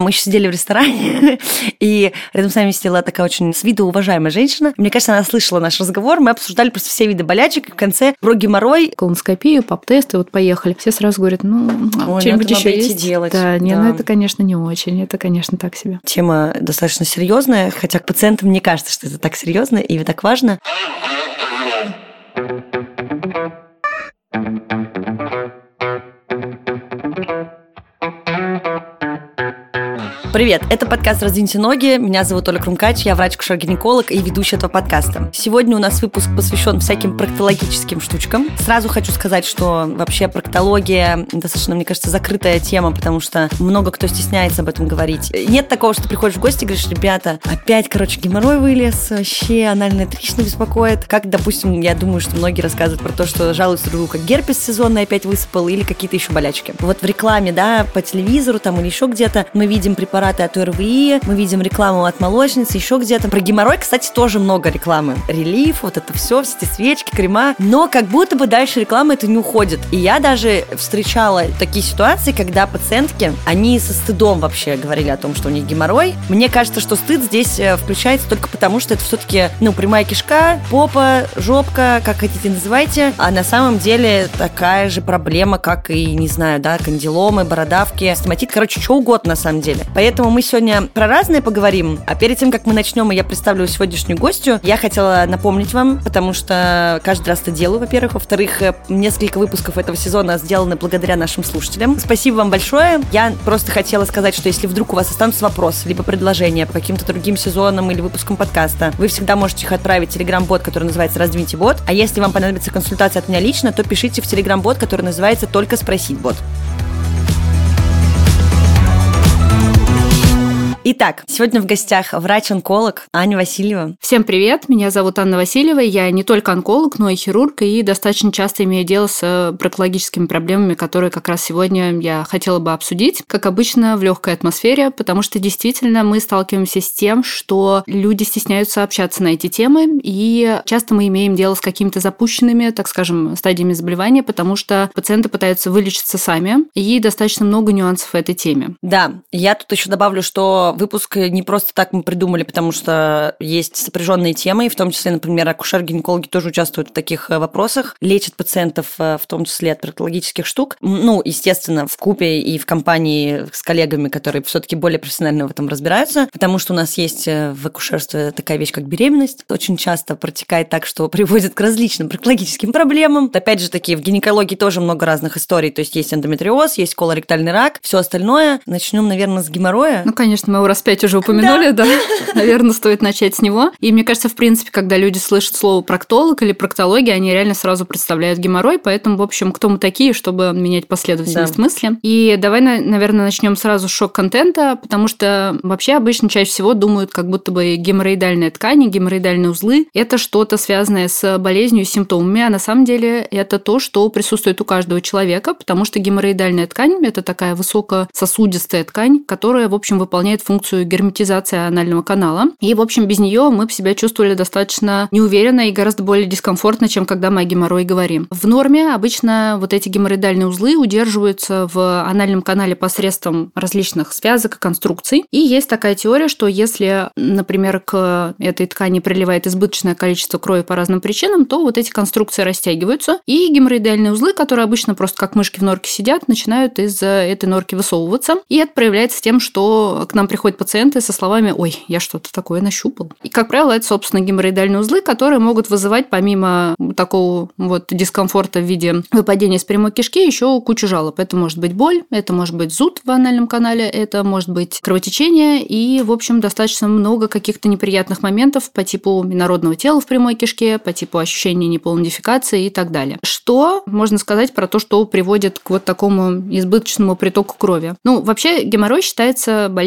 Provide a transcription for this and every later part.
Мы еще сидели в ресторане, и рядом с нами сидела такая очень с виду уважаемая женщина. Мне кажется, она слышала наш разговор. Мы обсуждали просто все виды болячек. И в конце про геморрой, колоноскопию, пап-тесты, вот поехали. Все сразу говорят, что-нибудь еще есть? Делать. Да, это, конечно, не очень. Это, конечно, так себе. Тема достаточно серьезная, хотя к пациентам не кажется, что это так серьезно и так важно. Привет, это подкаст «Раздвиньте ноги». Меня зовут Оля Крумкач, я врач-акушер-гинеколог и ведущая этого подкаста. Сегодня у нас выпуск посвящен всяким проктологическим штучкам. Сразу хочу сказать, что вообще проктология достаточно, мне кажется, закрытая тема, потому что много кто стесняется об этом говорить. Нет такого, что ты приходишь в гости и говоришь: ребята, опять, геморрой вылез, вообще анальная трещина беспокоит. Как, допустим, я думаю, что многие рассказывают про то, что жалуются друг другу, как герпес сезонный опять высыпал или какие-то еще болячки. Вот в рекламе, да, по телевизору там или еще где-то мы видим препараты от ОРВИ, мы видим рекламу от молочницы, еще где-то. Про геморрой, кстати, тоже много рекламы. Релиф, вот это все эти свечки, крема. Но как будто бы дальше реклама это не уходит. И я даже встречала такие ситуации, когда пациентки, они со стыдом вообще говорили о том, что у них геморрой. Мне кажется, что стыд здесь включается только потому, что это все-таки, прямая кишка, попа, жопка, как хотите называйте. А на самом деле такая же проблема, как и, не знаю, да, кандиломы, бородавки, стоматит, что угодно на самом деле. Поэтому мы сегодня про разное поговорим. А перед тем, как мы начнем, и я представлю сегодняшнюю гостью, я хотела напомнить вам, потому что каждый раз это делаю, во-первых. Во-вторых, несколько выпусков этого сезона сделаны благодаря нашим слушателям. Спасибо вам большое. Я просто хотела сказать, что если вдруг у вас останутся вопросы, либо предложения по каким-то другим сезонам или выпускам подкаста, вы всегда можете их отправить в телеграм-бот, который называется «Раздвиньте бот». А если вам понадобится консультация от меня лично, то пишите в телеграм-бот, который называется «Только спросить бот». Итак, сегодня в гостях врач-онколог Аня Васильева. Всем привет, меня зовут Анна Васильева, я не только онколог, но и хирург, и достаточно часто имею дело с проктологическими проблемами, которые как раз сегодня я хотела бы обсудить, как обычно, в легкой атмосфере, потому что действительно мы сталкиваемся с тем, что люди стесняются общаться на эти темы, и часто мы имеем дело с какими-то запущенными, так скажем, стадиями заболевания, потому что пациенты пытаются вылечиться сами, и достаточно много нюансов в этой теме. Да, я тут еще добавлю, что выпуск не просто так мы придумали, потому что есть сопряженные темы, и в том числе, например, акушер-гинекологи тоже участвуют в таких вопросах, лечат пациентов, в том числе от проктологических штук. Естественно, вкупе и в компании с коллегами, которые все-таки более профессионально в этом разбираются, потому что у нас есть в акушерстве такая вещь, как беременность. Очень часто протекает так, что приводит к различным проктологическим проблемам. Опять же таки, в гинекологии тоже много разных историй, то есть эндометриоз, есть колоректальный рак, все остальное. Начнем, наверное, с геморроя. Конечно, мы его раз 5 уже упомянули, да. Наверное, стоит начать с него. И мне кажется, в принципе, когда люди слышат слово проктолог или проктология, они реально сразу представляют геморрой, поэтому, в общем, кто мы такие, чтобы менять последовательность мысли. И давай, наверное, начнем сразу с шок-контента, потому что вообще обычно чаще всего думают, как будто бы геморроидальные ткани, геморроидальные узлы – это что-то связанное с болезнью и симптомами, а на самом деле это то, что присутствует у каждого человека, потому что геморроидальная ткань – это такая высокососудистая ткань, которая, в общем, выполняет функцию герметизации анального канала. И, в общем, без нее мы бы себя чувствовали достаточно неуверенно и гораздо более дискомфортно, чем когда мы о геморрое говорим. В норме обычно вот эти геморроидальные узлы удерживаются в анальном канале посредством различных связок и конструкций. И есть такая теория, что если, например, к этой ткани приливает избыточное количество крови по разным причинам, то вот эти конструкции растягиваются, и геморроидальные узлы, которые обычно просто как мышки в норке сидят, начинают из этой норки высовываться. И это проявляется тем, что к нам приходят пациенты со словами: «Ой, я что-то такое нащупал». И, как правило, это, собственно, геморроидальные узлы, которые могут вызывать, помимо такого вот дискомфорта в виде выпадения из прямой кишки, еще кучу жалоб. Это может быть боль, это может быть зуд в анальном канале, это может быть кровотечение и, в общем, достаточно много каких-то неприятных моментов по типу инородного тела в прямой кишке, по типу ощущения неполной дефекации и так далее. Что можно сказать про то, что приводит к вот такому избыточному притоку крови? Вообще, геморрой считается болезнью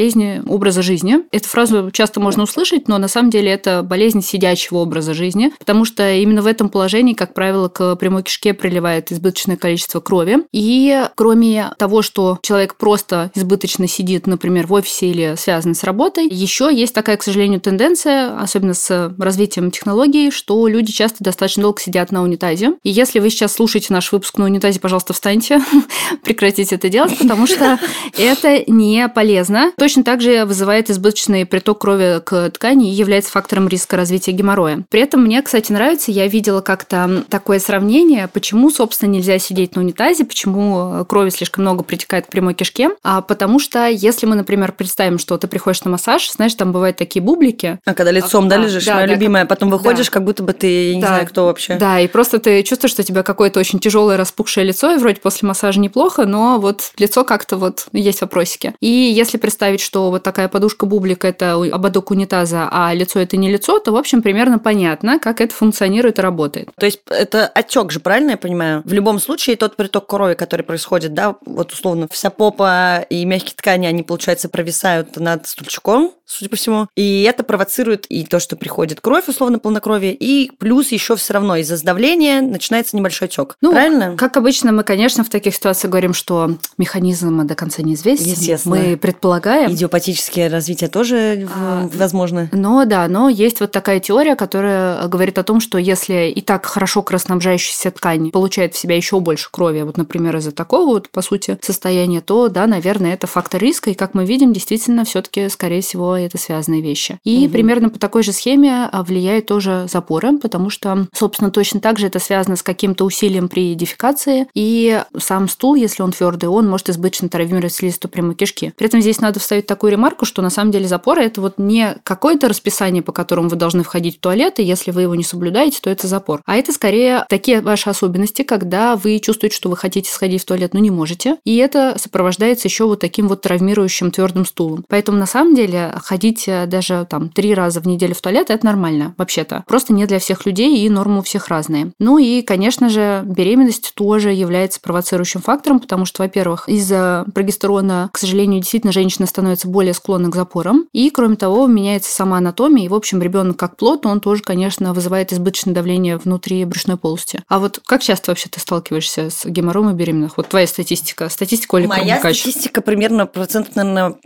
образа жизни. Эту фразу часто можно услышать, но на самом деле это болезнь сидячего образа жизни, потому что именно в этом положении, как правило, к прямой кишке приливает избыточное количество крови. И кроме того, что человек просто избыточно сидит, например, в офисе или связан с работой, еще есть такая, к сожалению, тенденция, особенно с развитием технологий, что люди часто достаточно долго сидят на унитазе. И если вы сейчас слушаете наш выпуск на унитазе, пожалуйста, встаньте, прекратите это делать, потому что это не полезно. Точно так же вызывает избыточный приток крови к ткани и является фактором риска развития геморроя. При этом мне, кстати, нравится, я видела как-то такое сравнение, почему, собственно, нельзя сидеть на унитазе, почему крови слишком много притекает к прямой кишке. Потому что если мы, например, представим, что ты приходишь на массаж, знаешь, там бывают такие бублики. А когда лицом, лежишь, моя любимая, потом выходишь, как будто бы ты, я не знаю, кто вообще. Да, и просто ты чувствуешь, что у тебя какое-то очень тяжелое распухшее лицо, и вроде после массажа неплохо, но вот лицо как-то вот есть вопросики. И если представить, что вот такая подушка-бублик – это ободок унитаза, а лицо – это не лицо, то, в общем, примерно понятно, как это функционирует и работает. То есть это отек же, правильно я понимаю? В любом случае тот приток крови, который происходит, да, вот условно вся попа и мягкие ткани, они, получается, провисают над стульчиком, судя по всему, и это провоцирует и то, что приходит кровь, условно, полнокровие, и плюс еще все равно из-за сдавления начинается небольшой отек. Правильно? Как обычно, мы, конечно, в таких ситуациях говорим, что механизм до конца неизвестен. Естественно. Мы предполагаем. Идиопатические развития тоже возможно. Но есть вот такая теория, которая говорит о том, что если и так хорошо кровоснабжающаяся ткань получает в себя еще больше крови, вот, например, из-за такого вот, по сути, состояния, то, да, наверное, это фактор риска, и, как мы видим, действительно, все-таки, скорее всего, это связанные вещи. И примерно по такой же схеме влияет тоже запоры, потому что, собственно, точно так же это связано с каким-то усилием при дефекации, и сам стул, если он твердый, он может избыточно травмировать слизистую прямой кишки. При этом здесь надо вставить такую ремарку, что на самом деле запоры – это вот не какое-то расписание, по которому вы должны входить в туалет, и если вы его не соблюдаете, то это запор. А это скорее такие ваши особенности, когда вы чувствуете, что вы хотите сходить в туалет, но не можете, и это сопровождается еще вот таким вот травмирующим твердым стулом. Поэтому на самом деле ходить даже 3 раза в неделю в туалет – это нормально, вообще-то. Просто не для всех людей, и нормы у всех разные. Ну и, конечно же, беременность тоже является провоцирующим фактором, потому что, во-первых, из-за прогестерона, к сожалению, действительно женщина становится более склонна к запорам, и, кроме того, меняется сама анатомия, и, в общем, ребенок как плод, он тоже, конечно, вызывает избыточное давление внутри брюшной полости. А вот как часто вообще ты сталкиваешься с геморроем у беременных? Вот твоя статистика. Статистика Оли Курмакач. Моя статистика примерно процентов, наверное,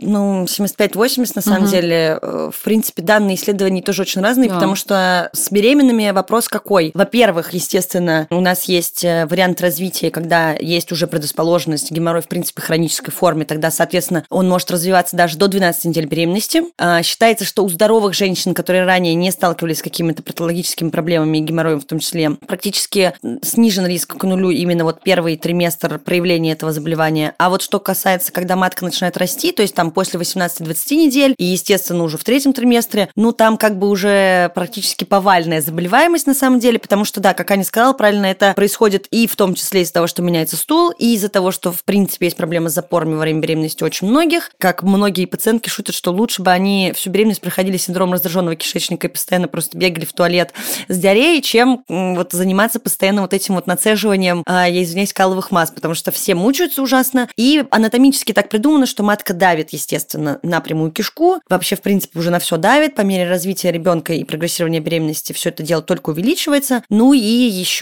75-80 на самом деле. В принципе, данные исследований тоже очень разные, потому что с беременными вопрос какой? Во-первых, естественно, у нас есть вариант развития, когда есть уже предрасположенность, геморрой, в принципе, хронической форме, тогда, соответственно, он может развиваться даже до 12 недель беременности. Считается, что у здоровых женщин, которые ранее не сталкивались с какими-то патологическими проблемами и геморроем в том числе, практически снижен риск к нулю именно вот первый триместр проявления этого заболевания. А вот что касается, когда матка начинает расти, то есть там после 18-20 недель, и, естественно, уже в 3-м триместре, там как бы уже практически повальная заболеваемость на самом деле, потому что, да, как Аня сказала правильно, это происходит и в том числе из-за того, что меняется стул, и из-за того, что, в принципе, есть проблемы с запорами во время беременности у очень многих. Как многие пациентки шутят, что лучше бы они всю беременность проходили синдром раздраженного кишечника и постоянно просто бегали в туалет с диареей, чем вот заниматься постоянно вот этим вот нацеживанием, я извиняюсь, каловых масс, потому что все мучаются ужасно. И анатомически так придумано, что матка давит, естественно, на прямую кишку. Вообще, в принципе, уже на все давит. По мере развития ребенка и прогрессирования беременности все это дело только увеличивается. Ну и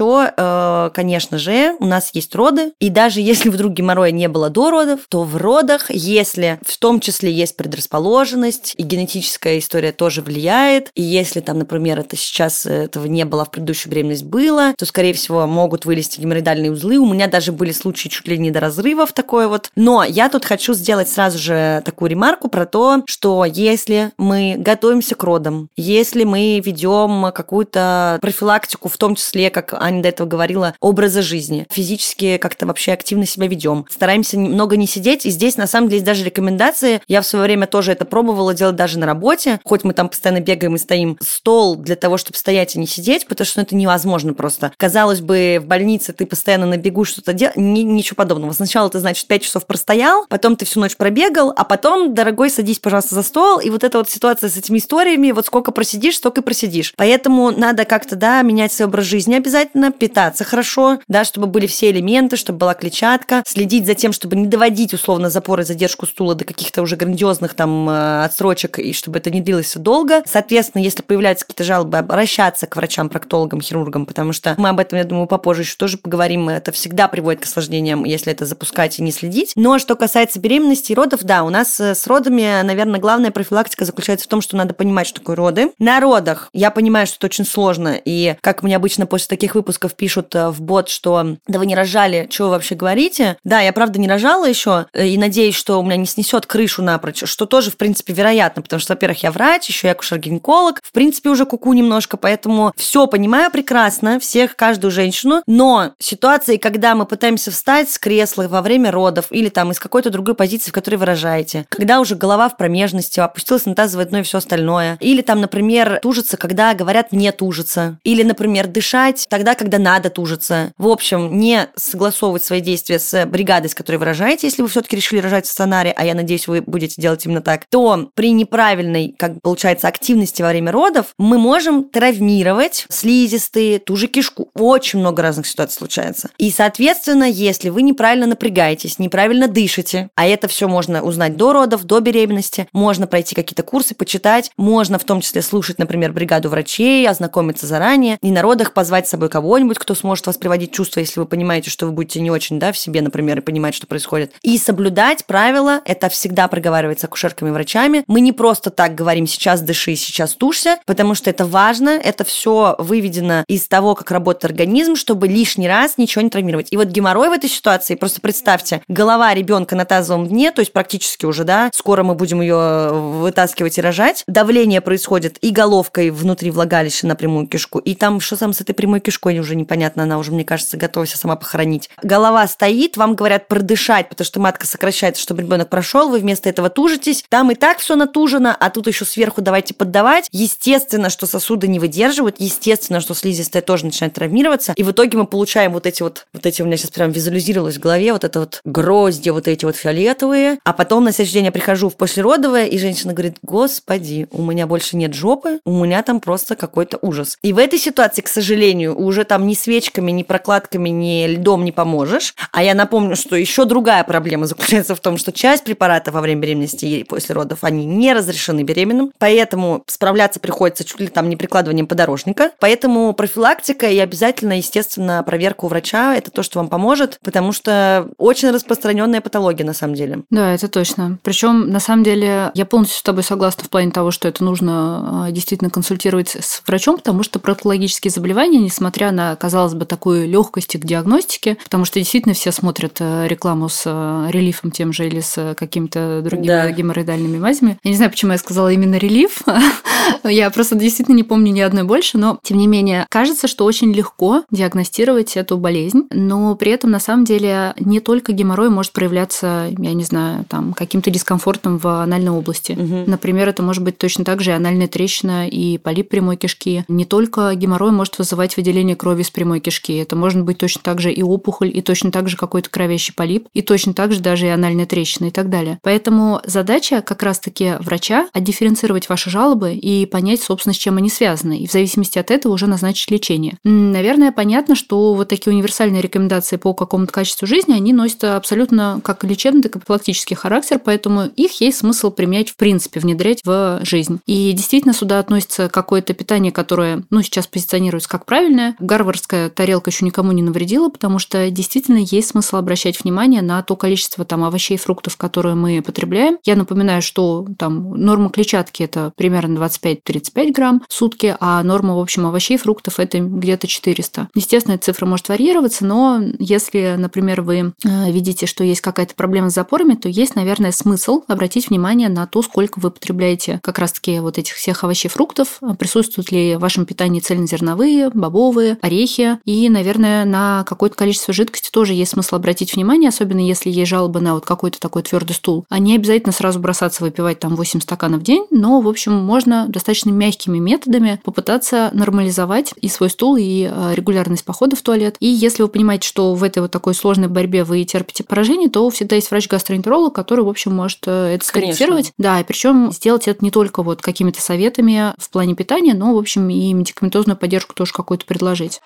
еще, конечно же, у нас есть роды. И даже если вдруг геморроя не было до родов, то в родах, если в том числе есть предрасположенность, и генетическая история тоже влияет, и если там, например, это сейчас этого не было, а в предыдущую беременность было, то, скорее всего, могут вылезти геморроидальные узлы. У меня даже были случаи чуть ли не до разрывов такое вот. Но я тут хочу сделать сразу же такую ремарку про то, что если мы готовимся к родам, если мы ведем какую-то профилактику, в том числе, как Аня до этого говорила, образа жизни, физически как-то вообще активно себя ведем, стараемся много не сидеть, и здесь, на самом деле, даже рекомендации, я в свое время тоже это пробовала делать даже на работе, хоть мы там постоянно бегаем и стоим, стол для того, чтобы стоять и не сидеть, потому что это невозможно просто. Казалось бы, в больнице ты постоянно на бегу что-то делаешь, ничего подобного. Сначала ты, значит, 5 часов простоял, потом ты всю ночь пробегал, а потом, дорогой, садись, пожалуйста, за стол, прошел, и вот эта вот ситуация с этими историями, вот сколько просидишь, столько и просидишь. Поэтому надо как-то, да, менять свой образ жизни обязательно, питаться хорошо, да, чтобы были все элементы, чтобы была клетчатка, следить за тем, чтобы не доводить, условно, запор и задержку стула до каких-то уже грандиозных там отсрочек, и чтобы это не длилось долго. Соответственно, если появляются какие-то жалобы, обращаться к врачам, проктологам, хирургам, потому что мы об этом, я думаю, попозже еще тоже поговорим. Это всегда приводит к осложнениям, если это запускать и не следить. Но что касается беременности и родов, да, у нас с родами, наверное, главная профилактика заключается в том, что надо понимать, что такое роды. На родах я понимаю, что это очень сложно, и как мне обычно после таких выпусков пишут в бот, что да вы не рожали, что вы вообще говорите? Да, я правда не рожала еще, и надеюсь, что у меня не снесет крышу напрочь, что тоже, в принципе, вероятно, потому что, во-первых, я врач, еще я акушер-гинеколог, в принципе, уже куку немножко, поэтому все понимаю прекрасно, всех, каждую женщину, но ситуации, когда мы пытаемся встать с кресла во время родов или там из какой-то другой позиции, в которой вы рожаете, когда уже голова в промежности, опустилась на тазовое дно и все остальное, или там, например, тужиться, когда говорят не тужиться, или, например, дышать тогда, когда надо тужиться. В общем, не согласовывать свои действия с бригадой, с которой вы рожаете, если вы все-таки решили рожать в стационаре, а я надеюсь, вы будете делать именно так, то при неправильной, как получается, активности во время родов мы можем травмировать слизистые, ту же кишку. Очень много разных ситуаций случается. И, соответственно, если вы неправильно напрягаетесь, неправильно дышите, а это все можно узнать до родов, до беременности, можно пройти какие-то курсы, почитать, можно в том числе слушать, например, бригаду врачей, ознакомиться заранее, и на родах позвать с собой кого-нибудь, кто сможет вас приводить в чувство, если вы понимаете, что вы будете не очень, да, в себе, например, и понимать, что происходит. И соблюдать правила, это всегда проговаривается акушерками и врачами. Мы не просто так говорим сейчас дыши, сейчас тушься, потому что это важно, это все выведено из того, как работает организм, чтобы лишний раз ничего не травмировать. И вот геморрой в этой ситуации, просто представьте, голова ребенка на тазовом дне, то есть практически уже, да, скоро мы будем ее вытаскивать и рожать, давление происходит и головкой внутри влагалища на прямую кишку, и там что там с этой прямой кишкой уже непонятно, она уже, мне кажется, готова себя сама похоронить. Голова стоит, вам говорят продышать, потому что матка сокращается, чтобы ребенок прошел, вы вместо этого тужитесь, там и так все натужено, а тут еще сверху давайте поддавать. Естественно, что сосуды не выдерживают, естественно, что слизистая тоже начинает травмироваться, и в итоге мы получаем вот эти у меня сейчас прям визуализировалось в голове, вот это вот грозди, вот эти вот фиолетовые, а потом на следующий день я прихожу в послеродовое, и женщина говорит: господи, у меня больше нет жопы, у меня там просто какой-то ужас. И в этой ситуации, к сожалению, уже там ни свечками, ни прокладками, ни льдом не поможешь. А я напомню, что еще другая проблема заключается в том, что часть препаратов во время беременности и после родов, они не разрешены беременным, поэтому справляться приходится чуть ли там не прикладыванием подорожника. Поэтому профилактика и обязательно, естественно, проверка у врача – это то, что вам поможет, потому что очень распространенная патология на самом деле. Да, это точно. Причем, на самом деле, я полностью с тобой согласна в плане того, что это нужно действительно консультировать с врачом, потому что проктологические заболевания, несмотря на, казалось бы, такую легкость их диагностики, потому что действительно все смотрят рекламу с релифом тем же или с какими-то другими геморроидальными мазями. Я не знаю, почему я сказала именно релиф. Я просто действительно не помню ни одной больше, но, тем не менее, кажется, что очень легко диагностировать эту болезнь, но при этом, на самом деле, не только геморрой может проявляться, я не знаю, там, каким-то дискомфортом в анальной области. Например, это может быть точно так же и анальная трещина, и полип прямой кишки. Не только геморрой может вызывать выделение крови из прямой кишки, это может быть точно так же и опухоль, и точно так же какой-то кровящий полип, и точно так же даже и анальная трещина и так далее. Поэтому задача как раз-таки врача отдифференцировать ваши жалобы и понять, собственно, с чем они связаны, и в зависимости от этого уже назначить лечение. Наверное, понятно, что вот такие универсальные рекомендации по какому-то качеству жизни, они носят абсолютно как лечебный, так и профилактический характер, поэтому их есть смысл применять, в принципе, внедрять в жизнь. И действительно сюда относится какое-то питание, которое, сейчас позиционируется как правильное. Гарвардская тарелка еще никому не навредила, потому что действительно есть смысл обращать внимание на то количество там овощей и фруктов, которые мы потребляем. Я напоминаю, что там норма клетчатки – это примерно 25-35 грамм в сутки, а норма, в общем, овощей и фруктов – это где-то 400. Естественно, эта цифра может варьироваться, но если, например, вы видите, что есть какая-то проблема с запорами, то есть, наверное, смысл обратить внимание на то, сколько вы потребляете как раз-таки вот этих всех овощей и фруктов, присутствуют ли в вашем питании цельнозерновые, бобовые, орехи, и, наверное, на какое-то количество жидкости тоже есть смысл обратить внимание, особенно если есть жалобы на вот какой-то такой твердый стул. А не обязательно сразу бросаться выпивать там 8 стаканов в день, но, в общем, можно достаточно мягкими методами попытаться нормализовать и свой стул, и регулярность похода в туалет. И если вы понимаете, что в этой вот такой сложной борьбе вы терпите поражение, то всегда есть врач-гастроэнтеролог, который, в общем, может это скорректировать. Да, Да, и причем сделать это не только вот какими-то советами в плане питания, но, в общем, и медикаментозную поддержку тоже какую-то предложить.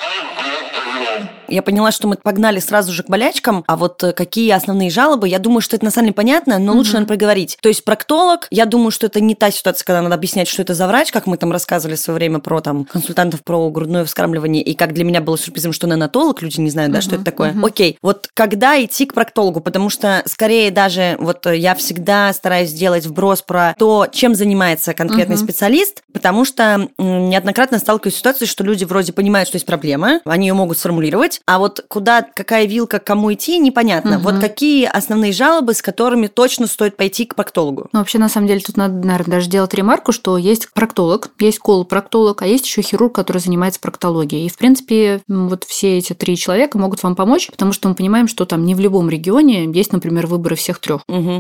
Я поняла, что мы погнали сразу же к болячкам, а вот какие основные жалобы, я думаю, что это на самом деле понятно, но лучше, наверное, проговорить. То есть проктолог, я думаю, что это не та ситуация, когда надо объяснять, что это за врач, как мы там рассказывали в свое время про там консультантов про грудное вскармливание, и как для меня было сюрпризом, что неонатолог, люди не знают, да, что это такое. Окей, вот когда идти к проктологу, потому что скорее даже вот я всегда стараюсь сделать вброс про то, чем занимается конкретный специалист, потому что неоднократно сталкиваюсь с ситуацией, что люди вроде понимают, что есть проблема, они ее могут сформулировать, а вот куда, какая вилка, к кому идти, непонятно. Вот какие основные жалобы, с которыми точно стоит пойти к проктологу? Ну, вообще, на самом деле, тут надо, наверное, даже делать ремарку, что есть проктолог, есть колопроктолог, а есть еще хирург, который занимается проктологией. И, в принципе, вот все эти 3 человека могут вам помочь, потому что мы понимаем, что там не в любом регионе есть, например, выборы всех 3.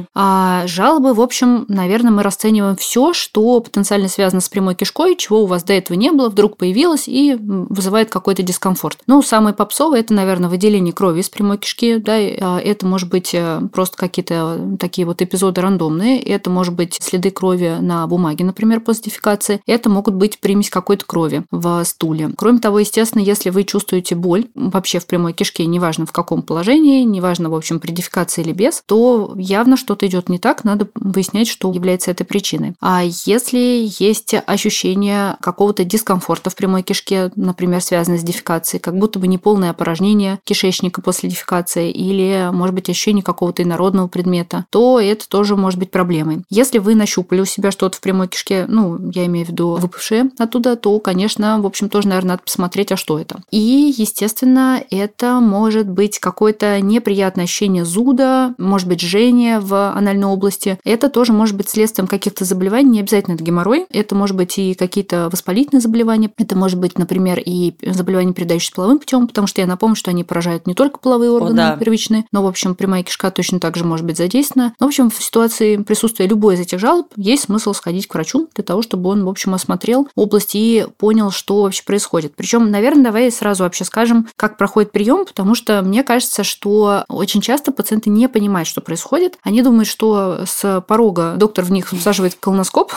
А жалобы, в общем, наверное, мы расцениваем все, что потенциально связано с прямой кишкой, чего у вас до этого не было, вдруг появилось и вызывает какой-то дискомфорт. Ну, самый попсовый – это, наверное, выделение крови из прямой кишки, да, это может быть просто какие-то такие вот эпизоды рандомные, это может быть следы крови на бумаге, например, после дефекации, это могут быть примесь какой-то крови в стуле. Кроме того, естественно, если вы чувствуете боль вообще в прямой кишке, неважно в каком положении, неважно, в общем, при дефекации или без, то явно что-то идет не так, надо выяснять, что является этой причиной. А если есть ощущение какого-то дискомфорта в прямой кишке, например, связанное с дефекацией, как будто бы неполное опорожнение кишечника после дефекации или, может быть, ощущение какого-то инородного предмета, то это тоже может быть проблемой. Если вы нащупали у себя что-то в прямой кишке, ну, я имею в виду выпавшее оттуда, то, конечно, в общем, тоже, наверное, надо посмотреть, а что это. И, естественно, это может быть какое-то неприятное ощущение зуда, может быть, жжение в анальной области. Это тоже может быть следствием каких-то заболеваний, не обязательно это геморрой, это может быть и какие-то воспалительные заболевания, это может быть, например, и заболевания, передающиеся половым путем, потому что я напомню, что они поражают не только половые органы первичные, но, в общем, прямая кишка точно так же может быть задействована. Но, в общем, в ситуации присутствия любой из этих жалоб есть смысл сходить к врачу для того, чтобы он, в общем, осмотрел область и понял, что вообще происходит. Причем, наверное, давай сразу вообще скажем, как проходит прием, потому что мне кажется, что очень часто пациенты не понимают, что происходит. Они думают, что с порога доктор в них всаживает колоноскоп,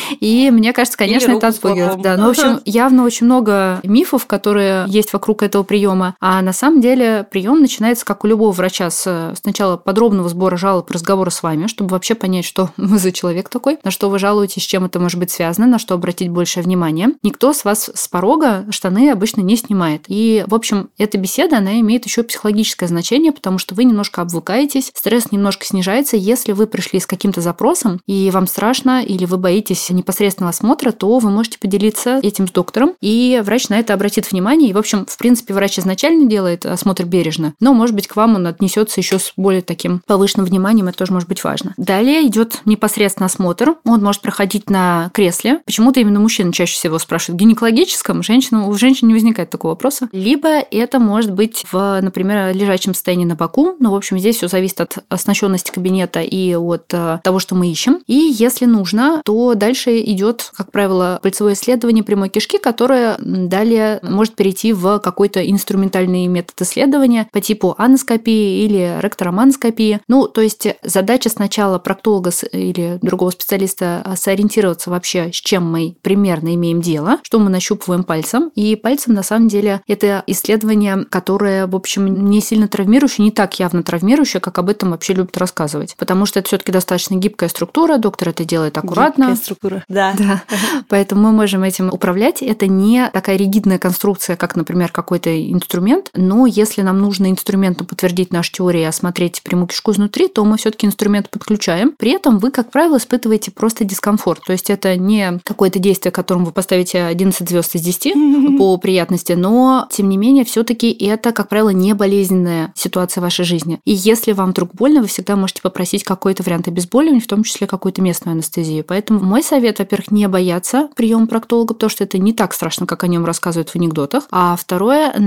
и мне кажется, конечно, это отпугивает. Да, но, в общем, явно очень много мифов, которые есть вокруг этого приема. А на самом деле прием начинается, как у любого врача, с сначала подробного сбора жалоб, разговора с вами, чтобы вообще понять, что вы за человек такой, на что вы жалуетесь, с чем это может быть связано, на что обратить большее внимание. Никто с вас с порога штаны обычно не снимает. И, в общем, эта беседа, она имеет еще психологическое значение, потому что вы немножко обвыкаетесь, стресс немножко снижается. Если вы пришли с каким-то запросом, и вам страшно, или вы боитесь непосредственного осмотра, то вы можете поделиться этим с доктором, и врач на это обратит внимание. И, в общем, в принципе, врач изначально делает осмотр бережно, но, может быть, к вам он отнесется еще с более таким повышенным вниманием, это тоже может быть важно. Далее идет непосредственно осмотр. Он может проходить на кресле. Почему-то именно мужчины чаще всего спрашивают. В гинекологическом у женщин не возникает такого вопроса. Либо это может быть в, например, лежачем состоянии на боку. Но, в общем, здесь все зависит от оснащенности кабинета и от того, что мы ищем. И если нужно, то дальше идет, как правило, пальцевое исследование прямой кишки, которое далее может перейти в какой-то инструментальный метод исследования по типу аноскопии или ректороманоскопии. Ну, то есть задача сначала проктолога или другого специалиста сориентироваться вообще, с чем мы примерно имеем дело, что мы нащупываем пальцем. И пальцем, на самом деле, это исследование, которое, в общем, не сильно травмирующее, не так явно травмирующее, как об этом вообще любят рассказывать. Потому что это все-таки достаточно гибкая структура, доктор это делает аккуратно. Гибкая структура, да. Поэтому мы можем этим управлять. Это не такая ригидная конструкция, как, например, какой-то инструмент, но если нам нужно инструментом подтвердить нашу теорию и осмотреть прямую кишку изнутри, то мы все-таки инструмент подключаем. При этом вы, как правило, испытываете просто дискомфорт. То есть это не какое-то действие, которому вы поставите 11 звезд из 10 по приятности, но, тем не менее, все-таки это, как правило, не болезненная ситуация в вашей жизни. И если вам вдруг больно, вы всегда можете попросить какой-то вариант обезболивания, в том числе какую-то местную анестезию. Поэтому мой совет, во-первых, не бояться приема проктолога, потому что это не так страшно, как о нем рассказывают в анекдотах. А второе, наверное, не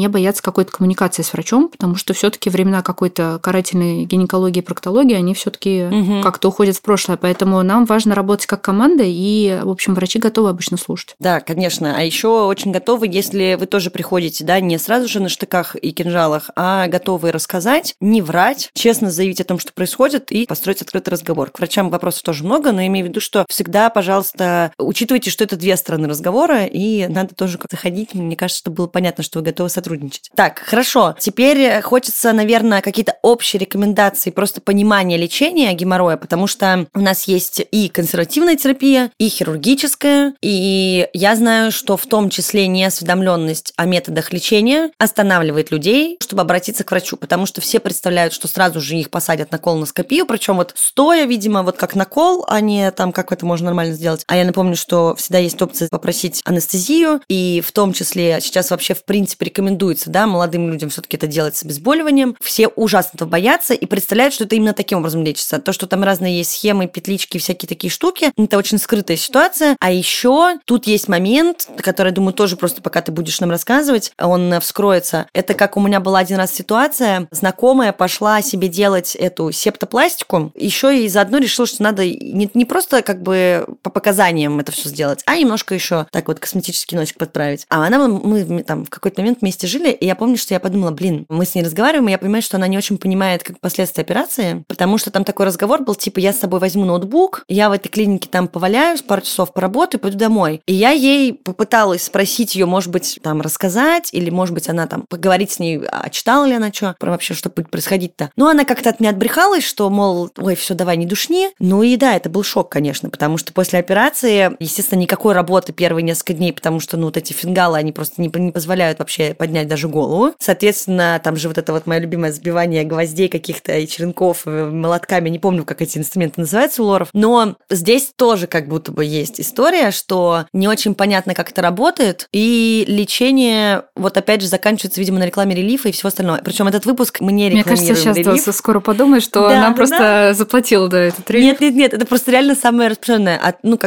не бояться какой-то коммуникации с врачом, потому что все-таки времена какой-то карательной гинекологии и проктологии, они все-таки как-то уходят в прошлое. Поэтому нам важно работать как команда, и, в общем, врачи готовы обычно слушать. Да, конечно. А еще очень готовы, если вы тоже приходите, да, не сразу же на штыках и кинжалах, а готовы рассказать, не врать, честно заявить о том, что происходит, и построить открытый разговор. К врачам вопросов тоже много, но имею в виду, что всегда, пожалуйста, учитывайте, что это две стороны разговора, и надо тоже как-то заходить. Мне кажется, что было понятно, что вы готовы сотрудничать. Так, хорошо. Теперь хочется, наверное, какие-то общие рекомендации, просто понимание лечения геморроя, потому что у нас есть и консервативная терапия, и хирургическая, и я знаю, что в том числе неосведомленность о методах лечения останавливает людей, чтобы обратиться к врачу, потому что все представляют, что сразу же их посадят на колоноскопию, причем вот стоя, видимо, вот как на кол, а не там, как это можно нормально сделать. А я напомню, что всегда есть опция попросить анестезию, и в том числе сейчас вообще в принципе рекомендуется, да, молодым людям все-таки это делать с обезболиванием. Все ужасно этого боятся и представляют, что это именно таким образом лечится. То, что там разные есть схемы, петлички, всякие такие штуки, это очень скрытая ситуация. А еще тут есть момент, который, я думаю, тоже просто пока ты будешь нам рассказывать, он вскроется. Это как у меня была один раз ситуация, знакомая пошла себе делать эту септопластику, еще и заодно решила, что надо не просто как бы по показаниям это все сделать, а немножко еще так вот косметический носик подправить. А мы там в какой-то момент вместе жили, и я помню, что я подумала, мы с ней разговариваем, и я понимаю, что она не очень понимает как последствия операции, потому что там такой разговор был, типа, я с собой возьму ноутбук, я в этой клинике там поваляюсь, пару часов поработаю, пойду домой. И я ей попыталась спросить ее, может быть, там рассказать, или, может быть, она там поговорить с ней, а читала ли она что, про вообще, что будет происходить-то. Но она как-то от меня отбрехалась, что, мол, ой, все, давай, не душни. Ну и да, это был шок, конечно, потому что после операции, естественно, никакой работы первые несколько дней, потому что, вот эти фингалы, они просто не позволяют вообще поднять даже голову. Соответственно, там же вот это вот мое любимое сбивание гвоздей каких-то и черенков молотками, не помню, как эти инструменты называются у лоров, но здесь тоже как будто бы есть история, что не очень понятно, как это работает, и лечение, вот опять же, заканчивается, видимо, на рекламе релифа и всего остального. Причем этот выпуск мы не рекламируем. Мне кажется, сейчас релиф. Скоро подумаешь, что нам просто заплатила этот релиф. Нет, это просто реально самое распространенное.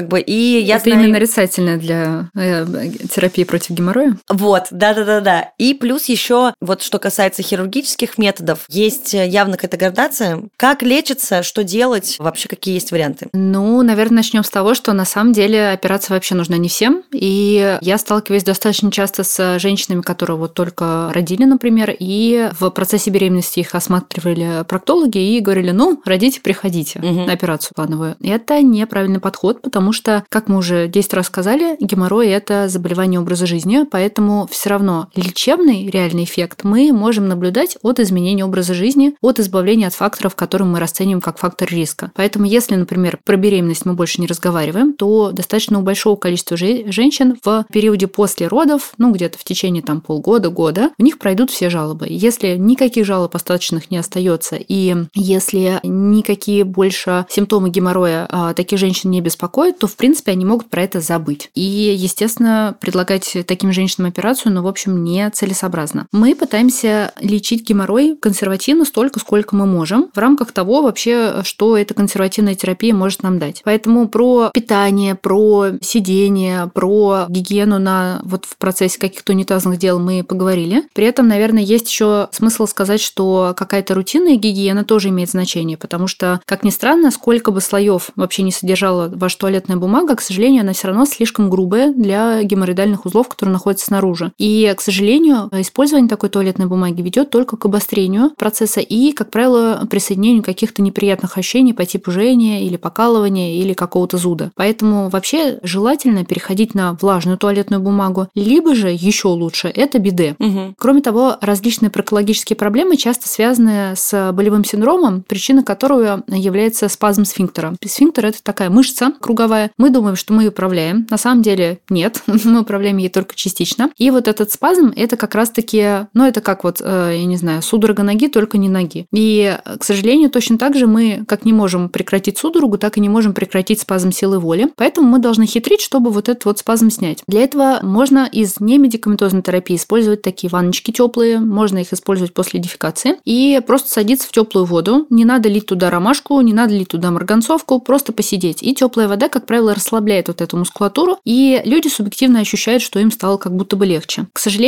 И я это знаю... именно нарицательное для терапии против геморроя. Вот, да. И плюс еще, вот что касается хирургических методов, есть явно какая-то градация. Как лечится, что делать, вообще какие есть варианты? Ну, наверное, начнем с того, что на самом деле операция вообще нужна не всем. И я сталкиваюсь достаточно часто с женщинами, которые вот только родили, например, и в процессе беременности их осматривали проктологи и говорили, родите, приходите на операцию плановую. Это неправильный подход, потому что, как мы уже 10 раз сказали, геморрой – это заболевание образа жизни, поэтому все равно лечебный реальный эффект мы можем наблюдать от изменения образа жизни, от избавления от факторов, которые мы расцениваем как фактор риска. Поэтому, если, например, про беременность мы больше не разговариваем, то достаточно у большого количества женщин в периоде после родов, где-то в течение полгода-года, у них пройдут все жалобы. Если никаких жалоб остаточных не остается, и если никакие больше симптомы геморроя таких женщин не беспокоят, то, в принципе, они могут про это забыть. И, естественно, предлагать таким женщинам операцию, в общем, не целесообразно. Мы пытаемся лечить геморрой консервативно столько, сколько мы можем, в рамках того вообще, что эта консервативная терапия может нам дать. Поэтому про питание, про сидение, про гигиену в процессе каких-то унитазных дел мы поговорили. При этом, наверное, есть еще смысл сказать, что какая-то рутинная гигиена тоже имеет значение, потому что, как ни странно, сколько бы слоев вообще не содержала ваша туалетная бумага, к сожалению, она все равно слишком грубая для геморроидальных узлов, которые находятся снаружи. И, к сожалению, использование такой туалетной бумаги ведет только к обострению процесса и, как правило, присоединению каких-то неприятных ощущений по типу жжения или покалывания или какого-то зуда. Поэтому вообще желательно переходить на влажную туалетную бумагу, либо же еще лучше – это биде. Кроме того, различные проктологические проблемы часто связаны с болевым синдромом, причина которого является спазм сфинктера. Сфинктер – это такая мышца круговая. Мы думаем, что мы ее управляем. На самом деле нет, мы управляем ей только частично. И вот этот спазм – это как раз-таки, это как я не знаю, судорога ноги, только не ноги. И, к сожалению, точно так же мы как не можем прекратить судорогу, так и не можем прекратить спазм силы воли. Поэтому мы должны хитрить, чтобы вот этот спазм снять. Для этого можно из немедикаментозной терапии использовать такие ванночки теплые, можно их использовать после дефекации и просто садиться в теплую воду. Не надо лить туда ромашку, не надо лить туда марганцовку, просто посидеть. И теплая вода, как правило, расслабляет вот эту мускулатуру, и люди субъективно ощущают, что им стало как будто бы легче. К сожалению, у нас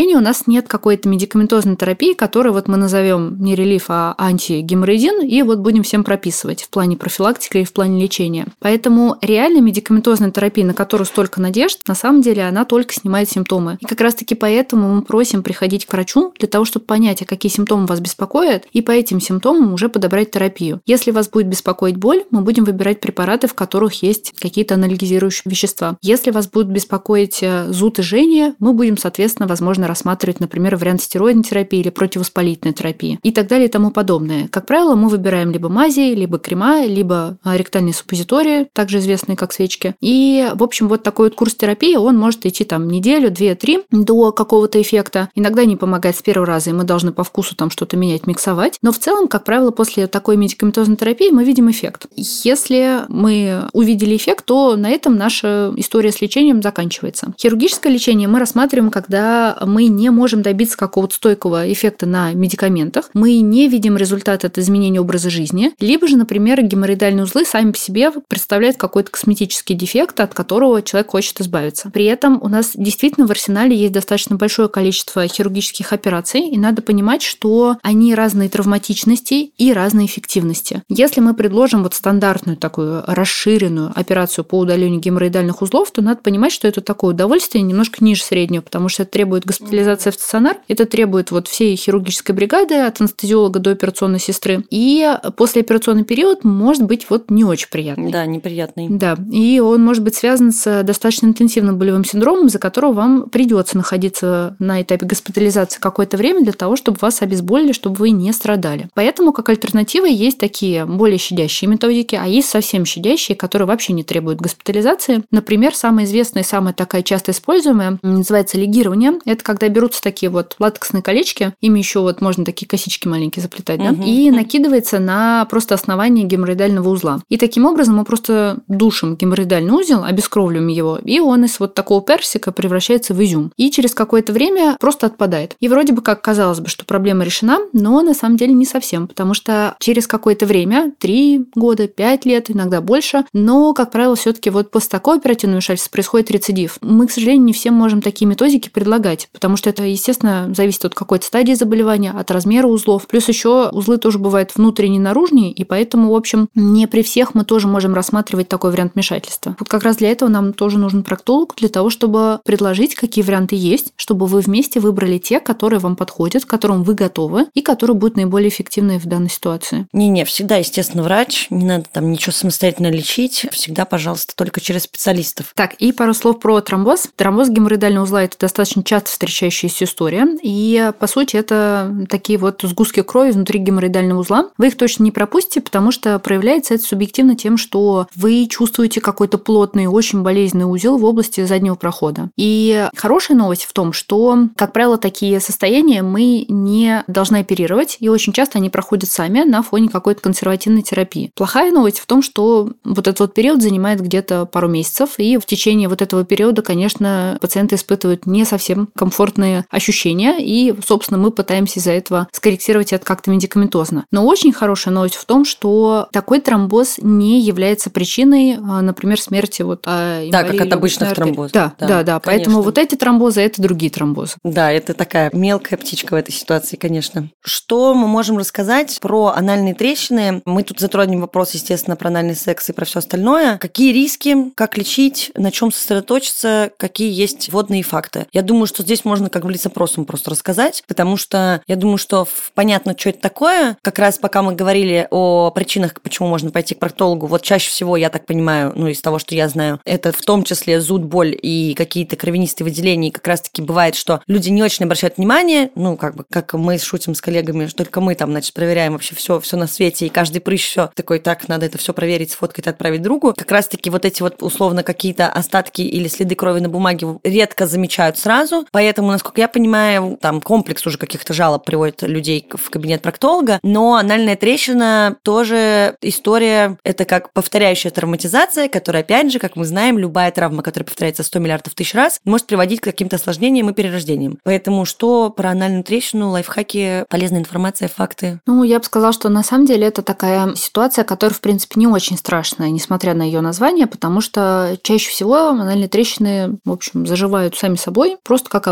нас нет какой-то медикаментозной терапии, которую вот мы назовем не релиф, а антигеморроидин, и вот будем всем прописывать в плане профилактики и в плане лечения. Поэтому реально медикаментозная терапия, на которую столько надежд, на самом деле она только снимает симптомы. И как раз-таки поэтому мы просим приходить к врачу для того, чтобы понять, а какие симптомы вас беспокоят, и по этим симптомам уже подобрать терапию. Если вас будет беспокоить боль, мы будем выбирать препараты, в которых есть какие-то анальгезирующие вещества. Если вас будет беспокоить зуд и жжение, мы будем, соответственно, возможно, рассматривать, например, вариант стероидной терапии или противовоспалительной терапии и так далее и тому подобное. Как правило, мы выбираем либо мази, либо крема, либо ректальные суппозитории, также известные как свечки. И, в общем, вот такой вот курс терапии, он может идти там неделю, 2-3 до какого-то эффекта. Иногда не помогает с первого раза, и мы должны по вкусу там что-то менять, миксовать. Но в целом, как правило, после такой медикаментозной терапии мы видим эффект. Если мы увидели эффект, то на этом наша история с лечением заканчивается. Хирургическое лечение мы рассматриваем, когда мы не можем добиться какого-то стойкого эффекта на медикаментах, мы не видим результат от изменения образа жизни, либо же, например, геморроидальные узлы сами по себе представляют какой-то косметический дефект, от которого человек хочет избавиться. При этом у нас действительно в арсенале есть достаточно большое количество хирургических операций, и надо понимать, что они разной травматичности и разной эффективности. Если мы предложим вот стандартную такую расширенную операцию по удалению геморроидальных узлов, то надо понимать, что это такое удовольствие немножко ниже среднего, потому что это требует госпитализации в стационар, это требует вот всей хирургической бригады от анестезиолога до операционной сестры, и послеоперационный период может быть вот не очень приятный. Да, неприятный. Да, и он может быть связан с достаточно интенсивным болевым синдромом, из-за которого вам придется находиться на этапе госпитализации какое-то время для того, чтобы вас обезболили, чтобы вы не страдали. Поэтому как альтернатива есть такие более щадящие методики, а есть совсем щадящие, которые вообще не требуют госпитализации. Например, самая известная и самая такая часто используемая называется лигирование. Это когда берутся такие вот латексные колечки, ими еще вот можно такие косички маленькие заплетать, да, и накидывается на просто основание геморроидального узла. И таким образом мы просто душим геморроидальный узел, обескровливаем его, и он из вот такого персика превращается в изюм. И через какое-то время просто отпадает. И вроде бы как казалось бы, что проблема решена, но на самом деле не совсем, потому что через какое-то время, 3 года, 5 лет, иногда больше, но, как правило, все-таки вот после такого оперативного вмешательства происходит рецидив. Мы, к сожалению, не всем можем такие методики предлагать, потому что это, естественно, зависит от какой-то стадии заболевания, от размера узлов. Плюс еще узлы тоже бывают внутренние и наружные, и поэтому, в общем, не при всех мы тоже можем рассматривать такой вариант вмешательства. Вот как раз для этого нам тоже нужен проктолог, для того, чтобы предложить, какие варианты есть, чтобы вы вместе выбрали те, которые вам подходят, к которым вы готовы и которые будут наиболее эффективны в данной ситуации. Не, всегда, естественно, врач, не надо там ничего самостоятельно лечить, всегда, пожалуйста, только через специалистов. Так, и пару слов про тромбоз. Тромбоз геморроидального узла – это достаточно часто встречающаяся история, и, по сути, это такие вот сгустки крови внутри геморроидального узла. Вы их точно не пропустите, потому что проявляется это субъективно тем, что вы чувствуете какой-то плотный, очень болезненный узел в области заднего прохода. И хорошая новость в том, что, как правило, такие состояния мы не должны оперировать, и очень часто они проходят сами на фоне какой-то консервативной терапии. Плохая новость в том, что вот этот вот период занимает где-то пару месяцев, и в течение вот этого периода, конечно, пациенты испытывают не совсем комфортные ощущения, и, собственно, мы пытаемся из-за этого скорректировать это как-то медикаментозно. Но очень хорошая новость в том, что такой тромбоз не является причиной, например, смерти вот эмболии. Да, как от обычных тромбозов. Да. Поэтому вот эти тромбозы – это другие тромбозы. Да, это такая мелкая птичка в этой ситуации, конечно. Что мы можем рассказать про анальные трещины? Мы тут затронем вопрос, естественно, про анальный секс и про все остальное. Какие риски, как лечить, на чем сосредоточиться, какие есть вводные факты? Я думаю, что здесь можно как блиц-опросом просто рассказать, потому что я думаю, что понятно, что это такое. Как раз пока мы говорили о причинах, почему можно пойти к проктологу, вот чаще всего, я так понимаю, из того, что я знаю, это в том числе зуд, боль и какие-то кровянистые выделения. И как раз-таки бывает, что люди не очень обращают внимание, как мы шутим с коллегами, что только мы там, значит, проверяем вообще все на свете, и каждый прыщ, все такой, так, надо это все проверить, сфоткать, отправить другу. Как раз-таки вот эти вот условно какие-то остатки или следы крови на бумаге редко замечают сразу, поэтому, насколько я понимаю, там комплекс уже каких-то жалоб приводит людей в кабинет проктолога, но анальная трещина тоже история, это как повторяющая травматизация, которая, опять же, как мы знаем, любая травма, которая повторяется 100 миллиардов тысяч раз, может приводить к каким-то осложнениям и перерождениям. Поэтому что про анальную трещину, лайфхаки, полезная информация, факты? Я бы сказала, что на самом деле это такая ситуация, которая, в принципе, не очень страшная, несмотря на ее название, потому что чаще всего анальные трещины, в общем, заживают сами собой, просто как обычная ранка.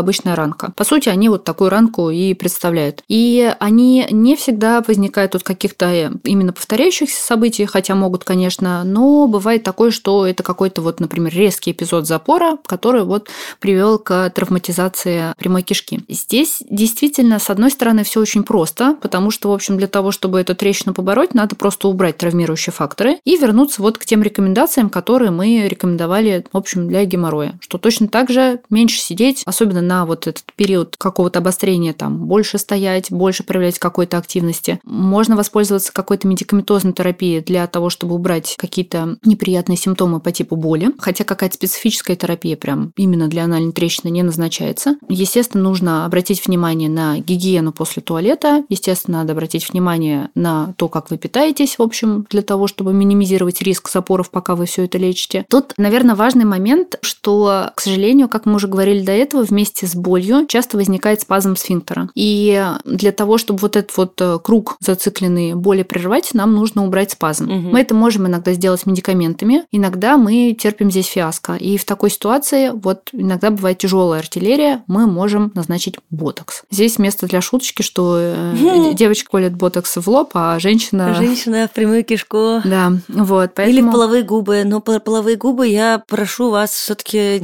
ранка. По сути, они вот такую ранку и представляют. И они не всегда возникают от каких-то именно повторяющихся событий, хотя могут, конечно, но бывает такое, что это какой-то вот, например, резкий эпизод запора, который вот привел к травматизации прямой кишки. Здесь действительно, с одной стороны, все очень просто, потому что, в общем, для того, чтобы эту трещину побороть, надо просто убрать травмирующие факторы и вернуться вот к тем рекомендациям, которые мы рекомендовали, в общем, для геморроя. Что точно так же меньше сидеть, особенно на вот этот период какого-то обострения, там, больше стоять, больше проявлять какой-то активности. Можно воспользоваться какой-то медикаментозной терапией для того, чтобы убрать какие-то неприятные симптомы по типу боли, хотя какая-то специфическая терапия прям именно для анальной трещины не назначается. Естественно, нужно обратить внимание на гигиену после туалета, естественно, надо обратить внимание на то, как вы питаетесь, в общем, для того, чтобы минимизировать риск запоров, пока вы все это лечите. Тут, наверное, важный момент, что, к сожалению, как мы уже говорили до этого, вместе с болью часто возникает спазм сфинктера. И для того, чтобы вот этот вот круг зацикленной боли прервать, нам нужно убрать спазм. Мы это можем иногда сделать медикаментами, иногда мы терпим здесь фиаско. И в такой ситуации вот иногда бывает тяжелая артиллерия, мы можем назначить ботокс. Здесь место для шуточки, что девочка колет ботокс в лоб, а женщина в прямую кишку. Да, вот. Поэтому... Или в половые губы. Но по половые губы я прошу вас все-таки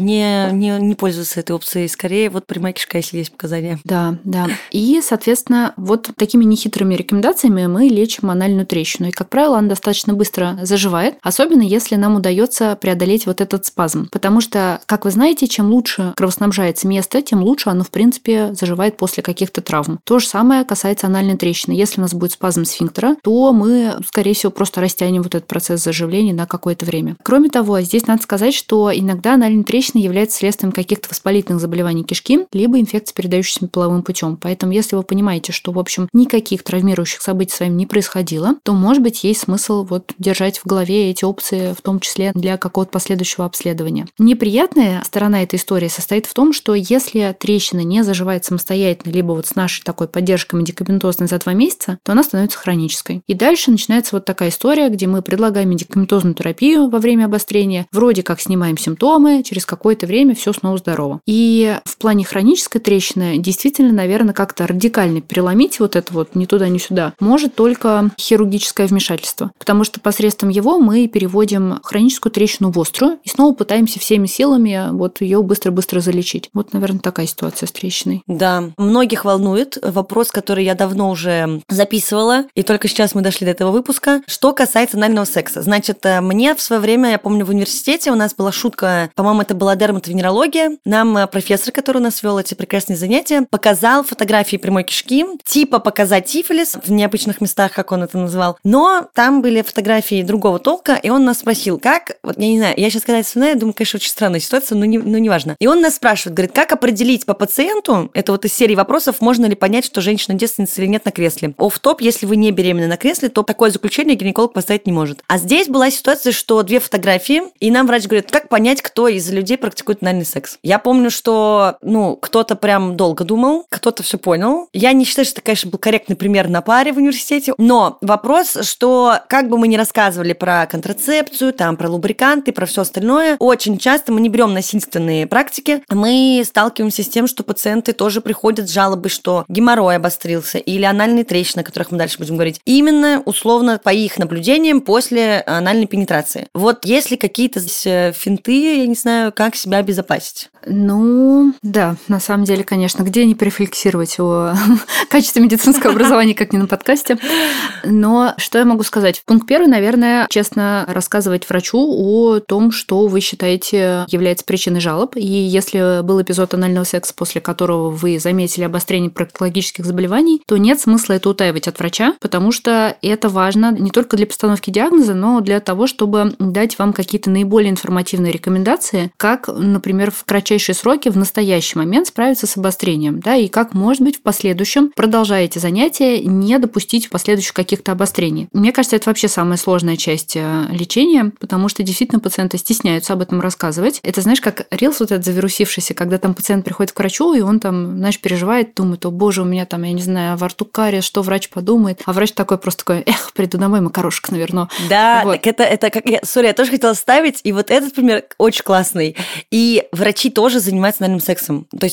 не пользоваться этой опцией. Скорее, вот прямая кишка, если есть показания. Да. И, соответственно, вот такими нехитрыми рекомендациями мы лечим анальную трещину. И, как правило, она достаточно быстро заживает, особенно если нам удается преодолеть вот этот спазм. Потому что, как вы знаете, чем лучше кровоснабжается место, тем лучше оно, в принципе, заживает после каких-то травм. То же самое касается анальной трещины. Если у нас будет спазм сфинктера, то мы, скорее всего, просто растянем вот этот процесс заживления на какое-то время. Кроме того, здесь надо сказать, что иногда анальная трещина является следствием каких-то воспалительных заболеваний кишки, либо инфекций, передающихся половым путем. Поэтому, если вы понимаете, что, в общем, никаких травмирующих событий с вами не происходило, то, может быть, есть смысл вот держать в голове эти опции, в том числе для какого-то последующего обследования. Неприятная сторона этой истории состоит в том, что если трещина не заживает самостоятельно, либо вот с нашей такой поддержкой медикаментозной за 2 месяца, то она становится хронической. И дальше начинается вот такая история, где мы предлагаем медикаментозную терапию во время обострения, вроде как снимаем симптомы, через какое-то время все снова здорово. И в плане хронической трещины действительно, наверное, как-то радикально переломить вот это вот ни туда, ни сюда может только хирургическое вмешательство, потому что посредством его мы переводим хроническую трещину в острую и снова пытаемся всеми силами вот ее быстро-быстро залечить. Вот, наверное, такая ситуация с трещиной. Да, многих волнует вопрос, который я давно уже записывала, и только сейчас мы дошли до этого выпуска. Что касается анального секса. Значит, мне в свое время, я помню, в университете у нас была шутка, по-моему, это была дерматовенерология. Нам профессор, который у нас вел эти прекрасные занятия, показал фотографии прямой кишки, типа показать сифилис в необычных местах, как он это называл. Но там были фотографии другого толка, и он нас спросил, как, вот я не знаю, я сейчас когда вспоминаю, думаю, конечно, очень странная ситуация, но неважно. И он нас спрашивает, говорит, как определить по пациенту, это вот из серии вопросов, можно ли понять, что женщина девственница или нет на кресле. Офф-топ, если вы не беременны на кресле, то такое заключение гинеколог поставить не может. А здесь была ситуация, что 2 фотографии, и нам врач говорит, как понять, кто из людей практикует анальный секс. Я помню, что, кто-то прям долго думал, кто-то все понял. Я не считаю, что это, конечно, был корректный пример на паре в университете, но вопрос, что как бы мы ни рассказывали про контрацепцию, там, про лубриканты, про все остальное, очень часто мы не берем насильственные практики, мы сталкиваемся с тем, что пациенты тоже приходят с жалобой, что геморрой обострился или анальные трещины, о которых мы дальше будем говорить, именно условно по их наблюдениям после анальной пенетрации. Вот есть ли какие-то финты, я не знаю, как себя обезопасить? Да, на самом деле, конечно, где не порефлексировать о качестве медицинского образования, как не на подкасте. Но что я могу сказать? Пункт 1, наверное, честно рассказывать врачу о том, что вы считаете является причиной жалоб. И если был эпизод анального секса, после которого вы заметили обострение проктологических заболеваний, то нет смысла это утаивать от врача, потому что это важно не только для постановки диагноза, но для того, чтобы дать вам какие-то наиболее информативные рекомендации, как, например, в кратчайшие сроки в настоящий момент справиться с обострением, да, и как, может быть, в последующем, продолжая эти занятия, не допустить последующих каких-то обострений. Мне кажется, это вообще самая сложная часть лечения, потому что действительно пациенты стесняются об этом рассказывать. Это, знаешь, как рилс вот этот завирусившийся, когда там пациент приходит к врачу, и он там, знаешь, переживает, думает, о боже, у меня там, я не знаю, во рту кариес, что врач подумает, а врач такой просто такой, приду домой, макарошек наверну. Да, вот. Так это как я тоже хотела ставить, и вот этот пример очень классный. И врачи тоже занимаются анальным сексом. То есть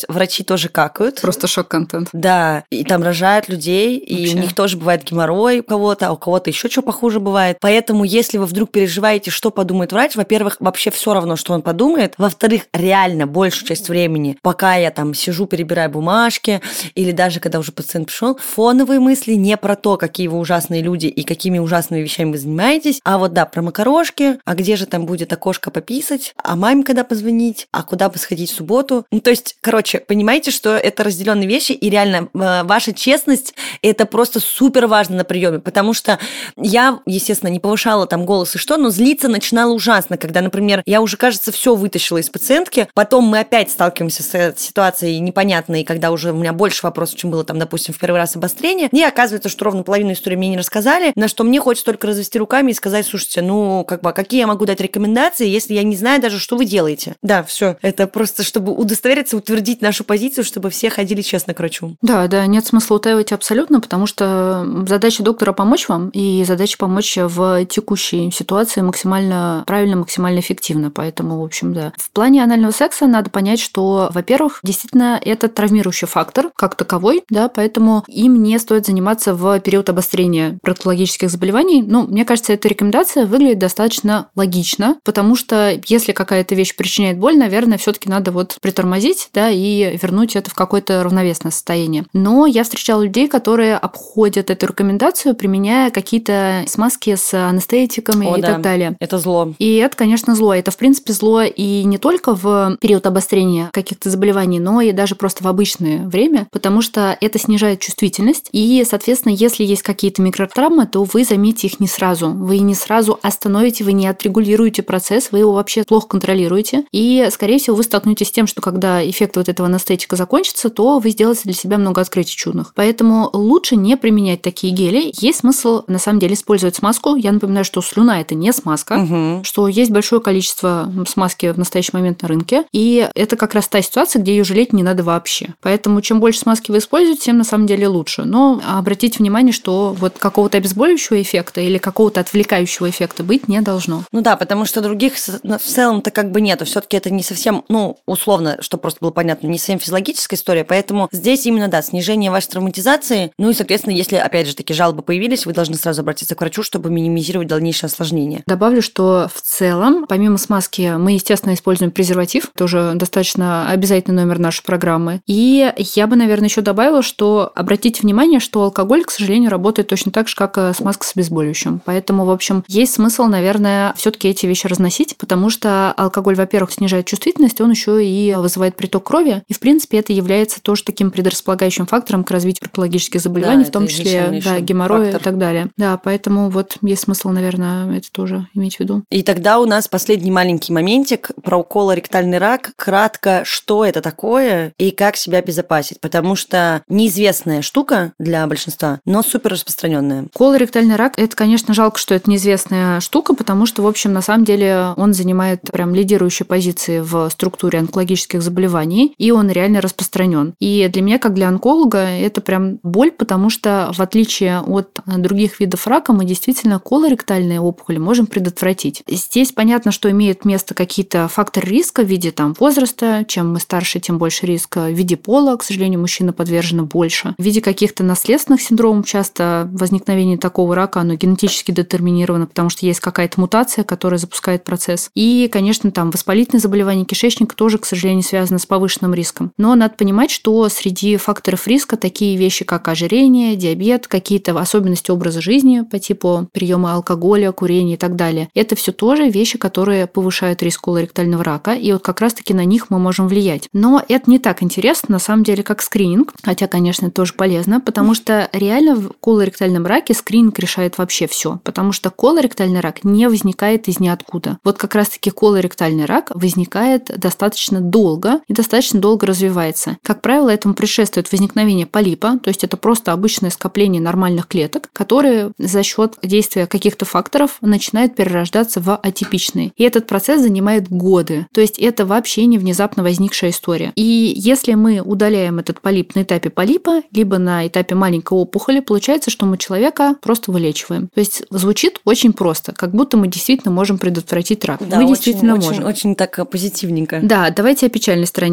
есть врачи тоже какают. Просто шок-контент. Да, и там рожают людей, и у них тоже бывает геморрой у кого-то, а у кого-то еще что похуже бывает. Поэтому, если вы вдруг переживаете, что подумает врач, во-первых, вообще все равно, что он подумает. Во-вторых, реально большую часть времени, пока я там сижу, перебираю бумажки, или даже когда уже пациент пришел, фоновые мысли не про то, какие вы ужасные люди и какими ужасными вещами вы занимаетесь, а вот да, про макарошки, а где же там будет окошко пописать, а маме когда позвонить, а куда бы сходить в субботу. Ну, то есть, короче, понимаете, что это разделенные вещи, и реально ваша честность – это просто супер важно на приеме, потому что я, естественно, не повышала там голос и что, но злиться начинала ужасно, когда, например, я уже, кажется, все вытащила из пациентки, потом мы опять сталкиваемся с ситуацией непонятной, когда уже у меня больше вопросов, чем было там, допустим, в первый раз обострение, и оказывается, что ровно половину истории мне не рассказали, на что мне хочется только развести руками и сказать: слушайте, ну, как бы, какие я могу дать рекомендации, если я не знаю даже, что вы делаете. Да, все. Это просто, чтобы удостовериться, утвердить нашу позицию, чтобы все ходили честно к врачу. Да, нет смысла утаивать абсолютно, потому что задача доктора помочь вам, и задача помочь в текущей ситуации максимально правильно, максимально эффективно. Поэтому, в общем, да. В плане анального секса надо понять, что, во-первых, действительно, это травмирующий фактор как таковой, да, поэтому им не стоит заниматься в период обострения проктологических заболеваний. Ну, мне кажется, эта рекомендация выглядит достаточно логично, потому что если какая-то вещь причиняет боль, наверное, все-таки надо вот притормозить, да, и вернуть это в какое-то равновесное состояние. Но я встречала людей, которые обходят эту рекомендацию, применяя какие-то смазки с анестетиками так далее. Это зло. И это, конечно, зло. Это, в принципе, зло и не только в период обострения каких-то заболеваний, но и даже просто в обычное время, потому что это снижает чувствительность. И, соответственно, если есть какие-то микротравмы, то вы заметите их не сразу. Вы не сразу остановите, вы не отрегулируете процесс, вы его вообще плохо контролируете. И, скорее всего, вы столкнетесь с тем, что когда эффект вот этого анестетика закончится, то вы сделаете для себя много открытий чудных. Поэтому лучше не применять такие гели. Есть смысл, на самом деле, использовать смазку. Я напоминаю, что слюна – это не смазка, что есть большое количество смазки в настоящий момент на рынке. И это как раз та ситуация, где ее жалеть не надо вообще. Поэтому чем больше смазки вы используете, тем на самом деле лучше. Но обратите внимание, что вот какого-то обезболивающего эффекта или какого-то отвлекающего эффекта быть не должно. Ну да, потому что других в целом-то как бы нету. Все-таки это не совсем, ну, условно, чтобы просто было понятно, не совсем физиологическая история. Поэтому здесь именно, да, снижение вашей травматизации. Ну и, соответственно, если, опять же, такие жалобы появились, вы должны сразу обратиться к врачу, чтобы минимизировать дальнейшее осложнение. Добавлю, что в целом, помимо смазки, мы, естественно, используем презерватив. Тоже достаточно обязательный номер нашей программы. И я бы, наверное, еще добавила, что обратите внимание, что алкоголь, к сожалению, работает точно так же, как смазка с обезболивающим. Поэтому, в общем, есть смысл, наверное, все-таки эти вещи разносить, потому что алкоголь, во-первых, снижает чувствительность, он еще и вызывает приток крови. И, в принципе, это является тоже таким предрасполагающим фактором к развитию проктологических заболеваний, да, в том числе геморроя и так далее. Да, поэтому вот есть смысл, наверное, это тоже иметь в виду. И тогда у нас последний маленький моментик про колоректальный рак. Кратко, что это такое и как себя обезопасить, потому что неизвестная штука для большинства, но супер распространенная. Колоректальный рак – это, конечно, жалко, что это неизвестная штука, потому что, в общем, на самом деле он занимает прям лидирующие позиции в структуре онкологических заболеваний, и он реально распространен. И для меня, как для онколога, это прям боль, потому что, в отличие от других видов рака, мы действительно колоректальные опухоли можем предотвратить. Здесь понятно, что имеют место какие-то факторы риска в виде там возраста, чем мы старше, тем больше риска, в виде пола, к сожалению, мужчина подвержена больше, в виде каких-то наследственных синдромов, часто возникновение такого рака, оно генетически детерминировано, потому что есть какая-то мутация, которая запускает процесс. И, конечно, там воспалительные заболевания кишечника тоже, к сожалению, связаны с повышенным риском. Но надо понимать, что среди факторов риска такие вещи, как ожирение, диабет, какие-то особенности образа жизни по типу приема алкоголя, курения и так далее, это все тоже вещи, которые повышают риск колоректального рака, и вот как раз-таки на них мы можем влиять. Но это не так интересно, на самом деле, как скрининг, хотя, конечно, это тоже полезно, потому что реально в колоректальном раке скрининг решает вообще все, потому что колоректальный рак не возникает из ниоткуда. Вот как раз-таки колоректальный рак возникает достаточно долго и достаточно долго развивается. Как правило, этому предшествует возникновение полипа, то есть это просто обычное скопление нормальных клеток, которые за счет действия каких-то факторов начинают перерождаться в атипичные. И этот процесс занимает годы. То есть это вообще не внезапно возникшая история. И если мы удаляем этот полип на этапе полипа, либо на этапе маленькой опухоли, получается, что мы человека просто вылечиваем. То есть звучит очень просто, как будто мы действительно можем предотвратить рак. Да, мы действительно можем. Очень так позитивненько. Да, давайте о печальной стороне этого вопроса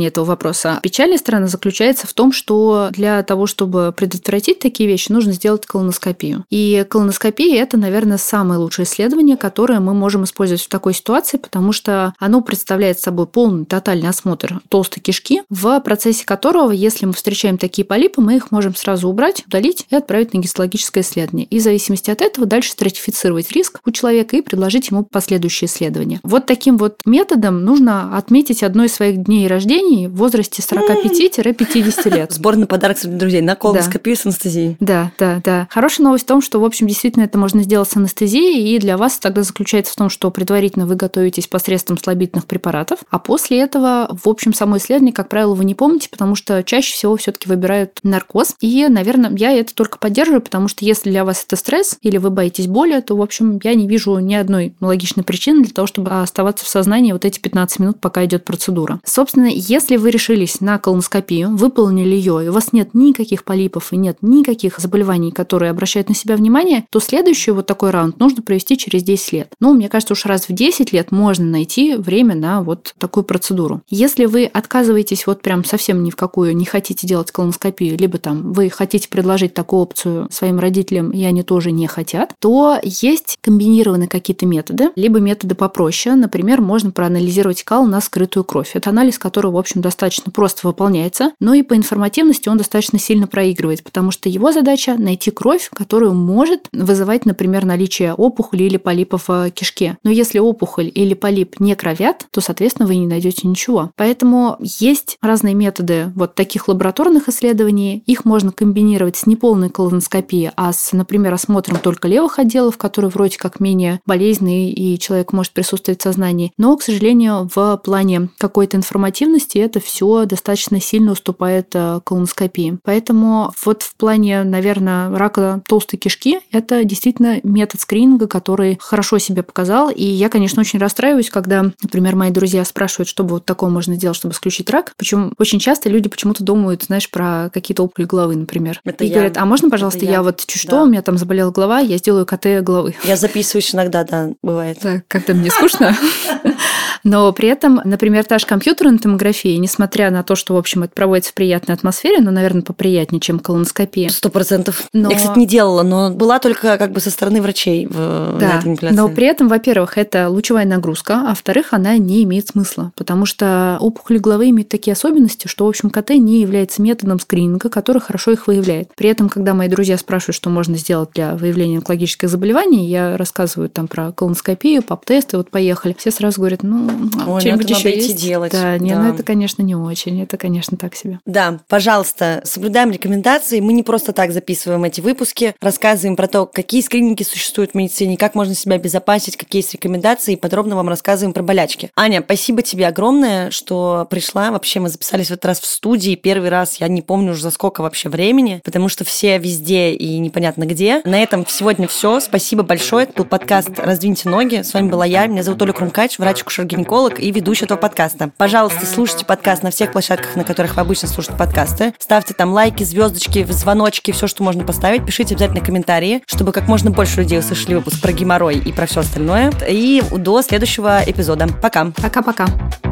вопроса. Печальная сторона заключается в том, что для того, чтобы предотвратить такие вещи, нужно сделать колоноскопию. И колоноскопия – это, наверное, самое лучшее исследование, которое мы можем использовать в такой ситуации, потому что оно представляет собой полный, тотальный осмотр толстой кишки, в процессе которого, если мы встречаем такие полипы, мы их можем сразу убрать, удалить и отправить на гистологическое исследование. И в зависимости от этого дальше стратифицировать риск у человека и предложить ему последующие исследования. Вот таким вот методом нужно отметить одно из своих дней рождения в возрасте 45-50 лет. Сборный подарок среди друзей на колоноскопию с анестезией. Да. Хорошая новость в том, что, в общем, действительно это можно сделать с анестезией, и для вас тогда заключается в том, что предварительно вы готовитесь посредством слабительных препаратов, а после этого, в общем, само исследование, как правило, вы не помните, потому что чаще всего все-таки выбирают наркоз. И, наверное, я это только поддерживаю, потому что если для вас это стресс или вы боитесь боли, то, в общем, я не вижу ни одной логичной причины для того, чтобы оставаться в сознании вот эти 15 минут, пока идет процедура. Собственно, если вы решились на колоноскопию, выполнили ее, и у вас нет никаких полипов и нет никаких заболеваний, которые обращают на себя внимание, то следующий вот такой раунд нужно провести через 10 лет. Ну, мне кажется, уж раз в 10 лет можно найти время на вот такую процедуру. Если вы отказываетесь вот прям совсем ни в какую, не хотите делать колоноскопию, либо там вы хотите предложить такую опцию своим родителям, и они тоже не хотят, то есть комбинированные какие-то методы, либо методы попроще. Например, можно проанализировать кал на скрытую кровь. Это анализ, который, в общем, достаточно просто выполняется, но и по информативности он достаточно сильно проигрывает, потому что его задача – найти кровь, которую может вызывать, например, наличие опухоли или полипов в кишке. Но если опухоль или полип не кровят, то, соответственно, вы не найдете ничего. Поэтому есть разные методы вот таких лабораторных исследований. Их можно комбинировать с неполной колоноскопией, а с, например, осмотром только левых отделов, которые вроде как менее болезненные, и человек может присутствовать в сознании. Но, к сожалению, в плане какой-то информативности это все достаточно сильно уступает колоноскопии. Поэтому вот в плане, наверное, рака толстой кишки это действительно метод скрининга, который хорошо себя показал. И я, конечно, очень расстраиваюсь, когда, например, мои друзья спрашивают, что бы вот такого можно сделать, чтобы исключить рак. Причем очень часто люди почему-то думают, знаешь, про какие-то опухоли головы, например. И говорят, а можно, пожалуйста, я вот чуть что, у меня там заболела голова, я сделаю КТ головы. Я записываюсь иногда, да, бывает. Да, как-то мне скучно. Но при этом, например, та же компьютерная томография, несмотря на то, что, в общем, это проводится в приятной атмосфере, но, наверное, поприятнее, чем колоноскопия. 100%. Я, кстати, не делала, но была только как бы со стороны врачей на этой манипуляции. Но при этом, во-первых, это лучевая нагрузка, а во-вторых, она не имеет смысла, потому что опухоли головы имеют такие особенности, что, в общем, КТ не является методом скрининга, который хорошо их выявляет. При этом, когда мои друзья спрашивают, что можно сделать для выявления онкологических заболеваний, я рассказываю там про колоноскопию, ПАП-тесты, вот поехали. Все сразу говорят, что-нибудь еще есть? Делать. Да, это, конечно, не очень. Это, конечно, так себе. Да, пожалуйста, соблюдаем рекомендации. Мы не просто так записываем эти выпуски, рассказываем про то, какие скрининги существуют в медицине, как можно себя обезопасить, какие есть рекомендации, и подробно вам рассказываем про болячки. Аня, спасибо тебе огромное, что пришла. Вообще мы записались в этот раз в студии. Первый раз, я не помню уже за сколько вообще времени, потому что все везде и непонятно где. На этом сегодня все. Спасибо большое. Это был подкаст «Раздвиньте ноги». С вами была я. Меня зовут Оля Крумкач, врач-акушер-гинеколог и ведущая этого подкаста. Пожалуйста, слушайте подкаст на всех площадках, на которых вы обычно слушаете подкасты. Ставьте там лайки, звездочки, звоночки, все, что можно поставить. Пишите обязательно комментарии, чтобы как можно больше людей услышали выпуск про геморрой и про все остальное. И до следующего эпизода. Пока. Пока-пока.